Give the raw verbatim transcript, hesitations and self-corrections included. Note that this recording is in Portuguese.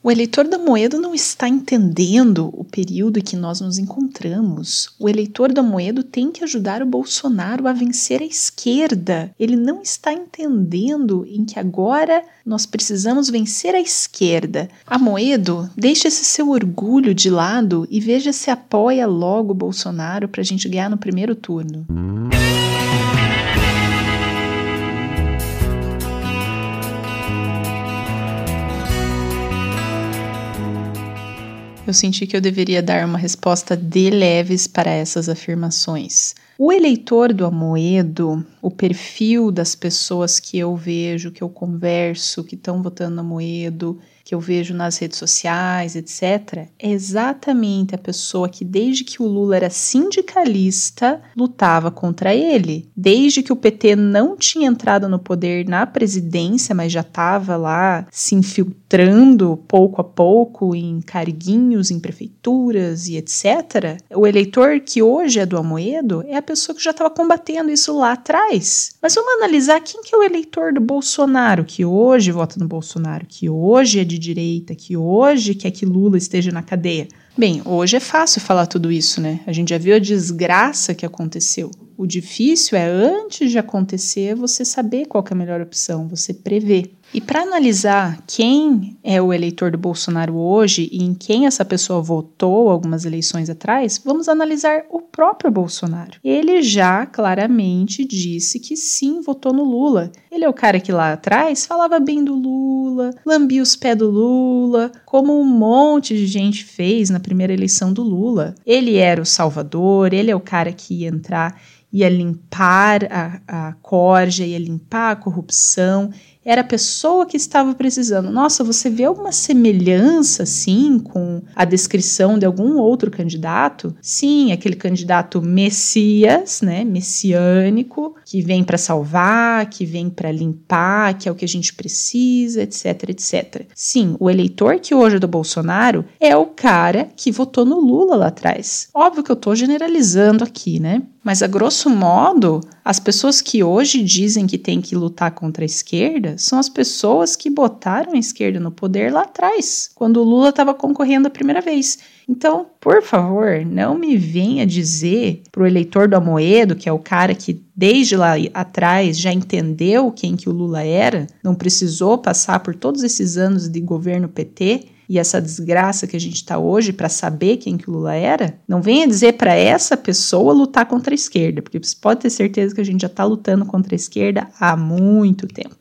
O eleitor do Amoedo não está entendendo o período em que nós nos encontramos. O eleitor do Amoedo tem que ajudar o Bolsonaro a vencer a esquerda. Ele não está entendendo em que agora nós precisamos vencer a esquerda. Amoedo, deixe esse seu orgulho de lado e veja se apoia logo o Bolsonaro para a gente ganhar no primeiro turno. Eu senti que eu deveria dar uma resposta de leves para essas afirmações. O eleitor do Amoedo, o perfil das pessoas que eu vejo, que eu converso, que estão votando no Amoedo, que eu vejo nas redes sociais, etcétera, é exatamente a pessoa que desde que o Lula era sindicalista, lutava contra ele. Desde que o P T não tinha entrado no poder na presidência, mas já estava lá se infiltrando pouco a pouco em carguinhos, em prefeituras e etcétera, o eleitor que hoje é do Amoedo é a pessoa que já estava combatendo isso lá atrás. Mas vamos analisar quem que é o eleitor do Bolsonaro, que hoje vota no Bolsonaro, que hoje é de direita, que hoje quer que Lula esteja na cadeia. Bem, hoje é fácil falar tudo isso, né? A gente já viu a desgraça que aconteceu. O difícil é, antes de acontecer, você saber qual que é a melhor opção, você prever. E para analisar quem é o eleitor do Bolsonaro hoje e em quem essa pessoa votou algumas eleições atrás, vamos analisar o próprio Bolsonaro. Ele já claramente disse que sim, votou no Lula. Ele é o cara que lá atrás falava bem do Lula, lambia os pés do Lula, como um monte de gente fez na primeira eleição do Lula. Ele era o salvador, ele é o cara que ia entrar, ia limpar a, a corja, ia limpar a corrupção. Era a pessoa que estava precisando. Nossa, você vê alguma semelhança, sim, com a descrição de algum outro candidato? Sim, aquele candidato messias, né, messiânico, que vem para salvar, que vem para limpar, que é o que a gente precisa, etc, etcétera. Sim, o eleitor que hoje é do Bolsonaro é o cara que votou no Lula lá atrás. Óbvio que eu estou generalizando aqui, né? Mas, a grosso modo, as pessoas que hoje dizem que tem que lutar contra a esquerda são as pessoas que botaram a esquerda no poder lá atrás, quando o Lula estava concorrendo a primeira vez. Então, por favor, não me venha dizer pro eleitor do Amoedo, que é o cara que desde lá atrás já entendeu quem que o Lula era, não precisou passar por todos esses anos de governo P T, e essa desgraça que a gente está hoje para saber quem que o Lula era, não venha dizer para essa pessoa lutar contra a esquerda, porque você pode ter certeza que a gente já está lutando contra a esquerda há muito tempo.